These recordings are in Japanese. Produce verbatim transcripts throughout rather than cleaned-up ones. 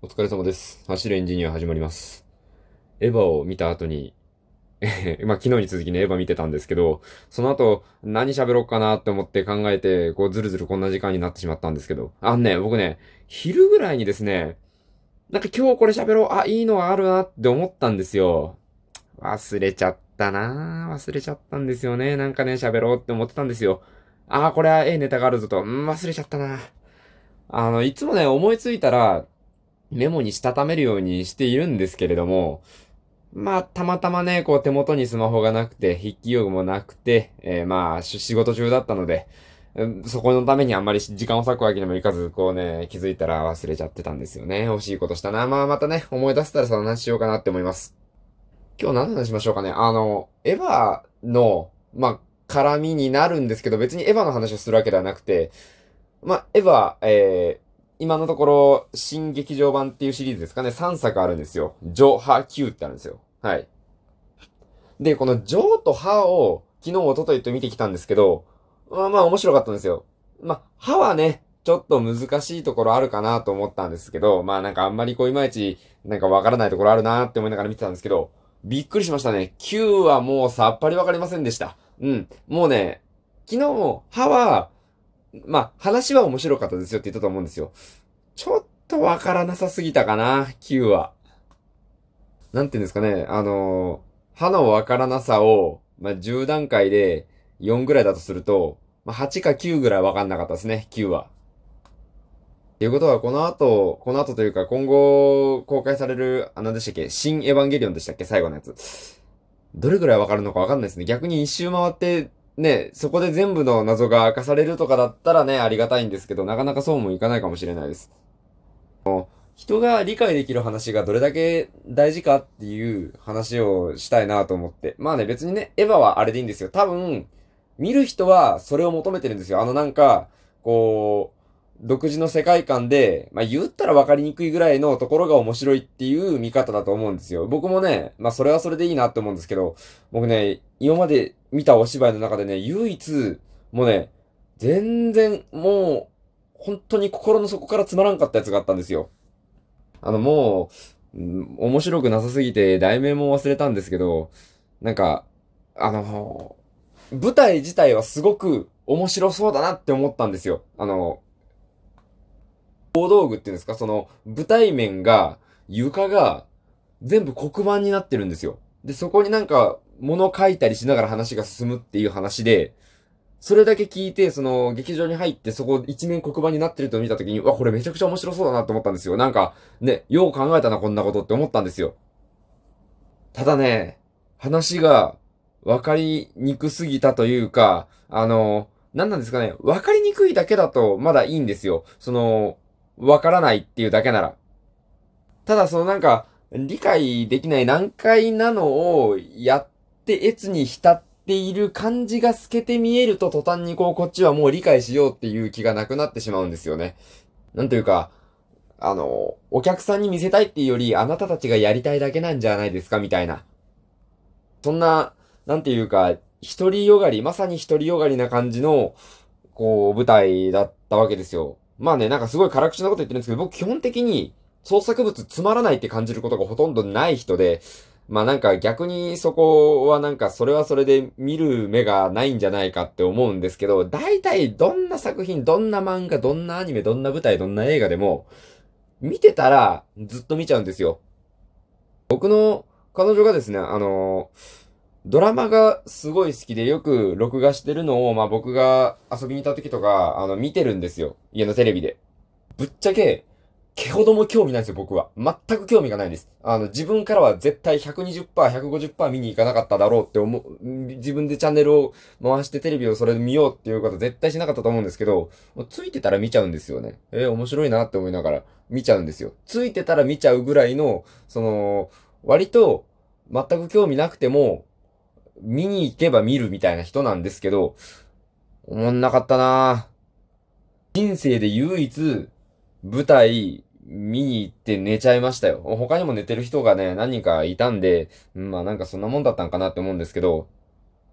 お疲れ様です。走るエンジニア始まります。エヴァを見た後に、まあ昨日に続きね、エヴァ見てたんですけど、その後何喋ろうかなって思って考えて、こうずるずるこんな時間になってしまったんですけど、あのね、僕ね、昼ぐらいにですね、なんか今日これ喋ろう、あ、いいのがあるなって思ったんですよ。忘れちゃったなぁ忘れちゃったんですよね。なんかね、喋ろうって思ってたんですよ。あー、これはええネタがあるぞと、うん、忘れちゃったな。あの、いつもね、思いついたら、メモにしたためるようにしているんですけれども、まあ、たまたまね、こう手元にスマホがなくて、筆記用具もなくて、えー、まあ、し仕事中だったので、うんそこのためにあんまり時間を割くわけにもいかず、こうね、気づいたら忘れちゃってたんですよね。惜しいことしたな。まあ、またね、思い出せたらその話しようかなって思います。今日何の話しましょうかね。あの、エヴァの、まあ、絡みになるんですけど、別にエヴァの話をするわけではなくて、まあ、エヴァ、えー、今のところ、新劇場版っていうシリーズですかね、さんさくあるんですよ。ジョ、ハ、キューってあるんですよ。はい。で、このジョーとハを、昨日、一昨日と見てきたんですけど、まあまあ面白かったんですよ。まあ、ハはね、ちょっと難しいところあるかなと思ったんですけど、まあなんかあんまりこういまいち、なんかわからないところあるなって思いながら見てたんですけど、びっくりしましたね。キューはもうさっぱりわかりませんでした。うん。もうね、昨日、ハは、まあ、話は面白かったですよって言ったと思うんですよ。ちょっとわからなさすぎたかな、キューは。なんていうんですかね、あのー、歯のわからなさを、まあ、じゅう段階でよんぐらいだとすると、まあ、はちかきゅうぐらいわかんなかったですね、キューは。っていうことは、この後、この後というか、今後公開される、あ、何でしたっけ、新エヴァンゲリオンでしたっけ、最後のやつ。どれぐらいわかるのかわかんないですね。逆に一周回って、ね、そこで全部の謎が明かされるとかだったらね、ありがたいんですけど、なかなかそうもいかないかもしれないです。人が理解できる話がどれだけ大事かっていう話をしたいなと思って。まあね、別にね、エヴァはあれでいいんですよ。多分、見る人はそれを求めてるんですよ。あのなんか、こう、独自の世界観で、まあ言ったら分かりにくいぐらいのところが面白いっていう見方だと思うんですよ。僕もね、まあそれはそれでいいなって思うんですけど、僕ね、今まで見たお芝居の中でね、唯一、もうね、全然もう、本当に心の底からつまらんかったやつがあったんですよ。あの、もう、うん面白くなさすぎて、題名も忘れたんですけど、なんか、あの、舞台自体はすごく面白そうだなって思ったんですよ。あの、大道具っていうんですか、その、舞台面が、床が、全部黒板になってるんですよ。で、そこになんか、物書いたりしながら話が進むっていう話で、それだけ聞いて、その、劇場に入って、そこ一面黒板になってると見たときに、うわ、これめちゃくちゃ面白そうだなと思ったんですよ。なんか、ね、よう考えたな、こんなことって思ったんですよ。ただね、話が分かりにくすぎたというか、あの、何なんですかね、分かりにくいだけだとまだいいんですよ。その、分からないっていうだけなら。ただそのなんか、理解できない難解なのをやって越に浸っている感じが透けて見えると途端にこうこっちはもう理解しようっていう気がなくなってしまうんですよね。なんというか、あの、お客さんに見せたいっていうよりあなたたちがやりたいだけなんじゃないですかみたいな。そんな、なんていうか、独りよがり、まさに独りよがりな感じの、こう、舞台だったわけですよ。まあね、なんかすごい辛口なこと言ってるんですけど、僕基本的に創作物つまらないって感じることがほとんどない人で、まあなんか逆にそこはなんかそれはそれで見る目がないんじゃないかって思うんですけど、大体どんな作品、どんな漫画、どんなアニメ、どんな舞台、どんな映画でも、見てたらずっと見ちゃうんですよ。僕の彼女がですね、あのドラマがすごい好きでよく録画してるのを、まあ僕が遊びに行った時とか、あの、見てるんですよ。家のテレビで。ぶっちゃけ、毛ほども興味ないんですよ、僕は。全く興味がないんです。あの、自分からは絶対ひゃくにじゅっパーセント、ひゃくごじゅっパーセント見に行かなかっただろうって思う、自分でチャンネルを回してテレビをそれで見ようっていうことは絶対しなかったと思うんですけど、もうついてたら見ちゃうんですよね。えー、面白いなって思いながら見ちゃうんですよ。ついてたら見ちゃうぐらいの、その、割と全く興味なくても、見に行けば見るみたいな人なんですけど、おもんなかったな人生で唯一、舞台、見に行って寝ちゃいましたよ。他にも寝てる人がね、何人かいたんで、うんまあなんかそんなもんだったんかなって思うんですけど、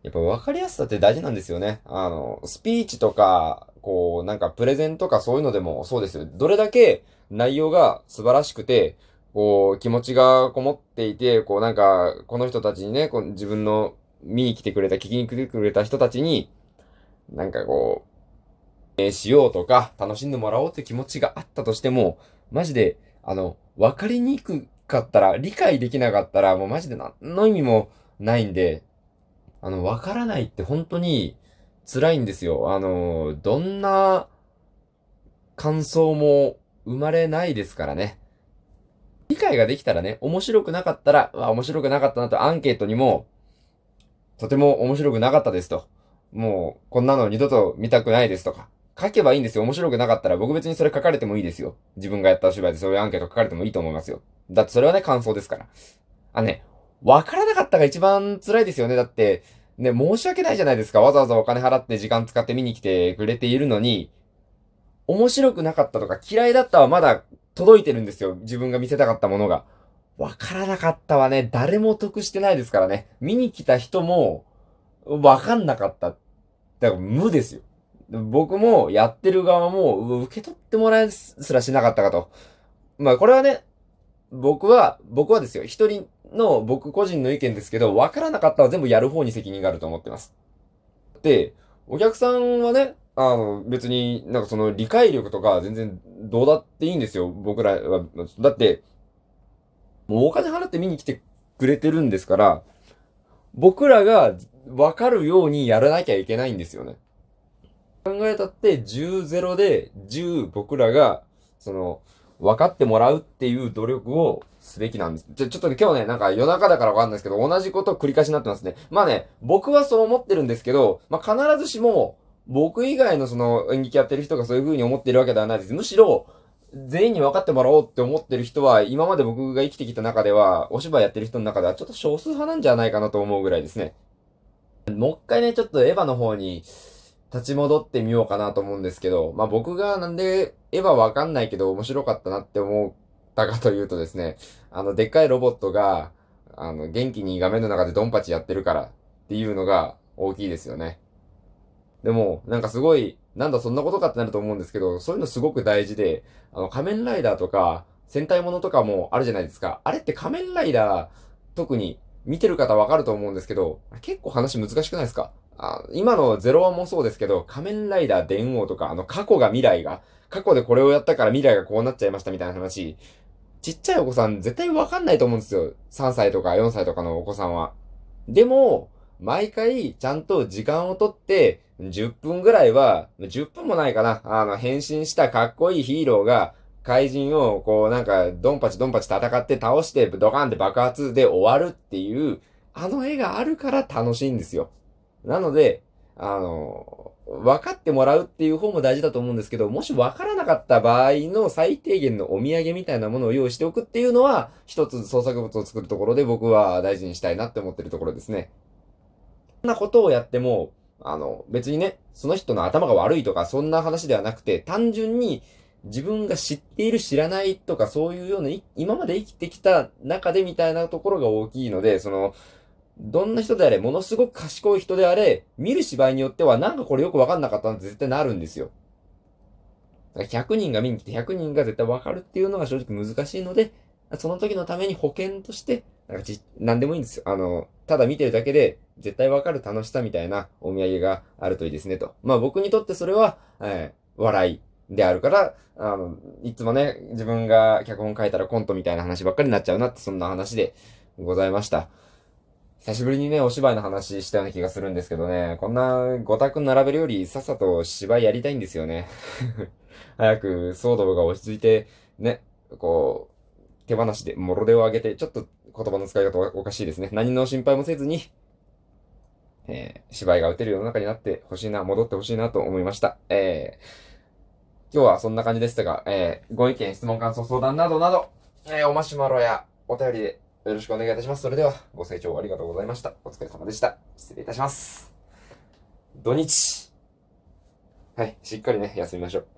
やっぱ分かりやすさって大事なんですよね。あの、スピーチとか、こう、なんかプレゼンとかそういうのでもそうですよ。どれだけ内容が素晴らしくて、こう、気持ちがこもっていて、こう、なんか、この人たちにね、こう自分の見に来てくれた、聞きに来てくれた人たちに、なんかこう、えーしようとか、楽しんでもらおうって気持ちがあったとしても、マジで、あの、分かりにくかったら、理解できなかったら、もうマジで何の意味もないんで、あの、わからないって本当に辛いんですよ。あの、どんな感想も生まれないですからね。理解ができたらね、面白くなかったら、わ、面白くなかったなとアンケートにも、とても面白くなかったですと。もう、こんなの二度と見たくないですとか。書けばいいんですよ。面白くなかったら僕別にそれ書かれてもいいですよ。自分がやったお芝居でそういうアンケート書かれてもいいと思いますよ。だってそれはね、感想ですから。あのね、わからなかったが一番辛いですよね。だって、ね、申し訳ないじゃないですか。わざわざお金払って時間使って見に来てくれているのに、面白くなかったとか嫌いだったはまだ届いてるんですよ。自分が見せたかったものが。わからなかったはね、誰も得してないですからね。見に来た人も、わかんなかった。だから無ですよ。僕もやってる側も、う受け取ってもらえすらしなかったかと。まあこれはね、僕は、僕はですよ、一人の僕個人の意見ですけど、わからなかったら全部やる方に責任があると思ってます。で、お客さんはね、あの、別になんかその理解力とか全然どうだっていいんですよ、僕らは。だって、もうお金払って見に来てくれてるんですから、僕らがわかるようにやらなきゃいけないんですよね。考えたってじゅうゼロでじゅう僕らが、その、分かってもらうっていう努力をすべきなんです。ちょ、ちょっとね、今日ね、なんか夜中だからわかんないですけど、同じことを繰り返しになってますね。まあね、僕はそう思ってるんですけど、まあ必ずしも、僕以外のその演劇やってる人がそういう風に思ってるわけではないです。むしろ、全員に分かってもらおうって思ってる人は、今まで僕が生きてきた中では、お芝居やってる人の中ではちょっと少数派なんじゃないかなと思うぐらいですね。もう一回ね、ちょっとエヴァの方に立ち戻ってみようかなと思うんですけど、まあ僕がなんでエヴァわかんないけど面白かったなって思ったかというとですね、あの、でっかいロボットが、あの、元気に画面の中でドンパチやってるからっていうのが大きいですよね。でも、なんかすごい、なんだそんなことかってなると思うんですけど、そういうのすごく大事で、あの、仮面ライダーとか、戦隊ものとかもあるじゃないですか。あれって仮面ライダー、特に見てる方わかると思うんですけど、結構話難しくないですか？あ、今のゼロワンもそうですけど、仮面ライダー電王とか、あの、過去が未来が、過去でこれをやったから未来がこうなっちゃいましたみたいな話、ちっちゃいお子さん絶対わかんないと思うんですよ。さんさいとかよんさいとかのお子さんは。でも、毎回ちゃんと時間をとって、じゅっぷんぐらいは、じゅっぷんもないかな。あの、変身したかっこいいヒーローが、怪人を、こう、なんか、ドンパチドンパチ戦って倒して、ドカンって爆発で終わるっていう、あの絵があるから楽しいんですよ。なので、あの、分かってもらうっていう方も大事だと思うんですけど、もし分からなかった場合の最低限のお土産みたいなものを用意しておくっていうのは、一つ創作物を作るところで僕は大事にしたいなって思ってるところですね。そんなことをやっても、あの、別にね、その人の頭が悪いとか、そんな話ではなくて、単純に自分が知っている知らないとか、そういうような、今まで生きてきた中でみたいなところが大きいので、その、どんな人であれ、ものすごく賢い人であれ、見る芝居によっては、なんかこれよくわかんなかったなって絶対なるんですよ。だからひゃくにんが見に来てひゃくにんが絶対わかるっていうのが正直難しいので、その時のために保険として、なんかち、なんでもいいんですよ。あの、ただ見てるだけで、絶対わかる楽しさみたいなお土産があるといいですねと。まあ僕にとってそれは、えー、笑いであるから、あの、いつもね、自分が脚本書いたらコントみたいな話ばっかりになっちゃうなって、そんな話でございました。久しぶりにね、お芝居の話したような気がするんですけどね、こんなご択並べるよりさっさと芝居やりたいんですよね。早く騒動が落ち着いて、ね、こう、手放しで、もろ手を挙げて、ちょっと言葉の使い方おかしいですね。何の心配もせずに、えー、芝居が打てる世の中になってほしいな、戻ってほしいなと思いました。えー、今日はそんな感じでしたが、えー、ご意見、質問、感想、相談などなど、えー、おマシュマロやお便りでよろしくお願いいたします。それでは、ご清聴ありがとうございました。お疲れ様でした。失礼いたします。土日。はい、しっかりね、休みましょう。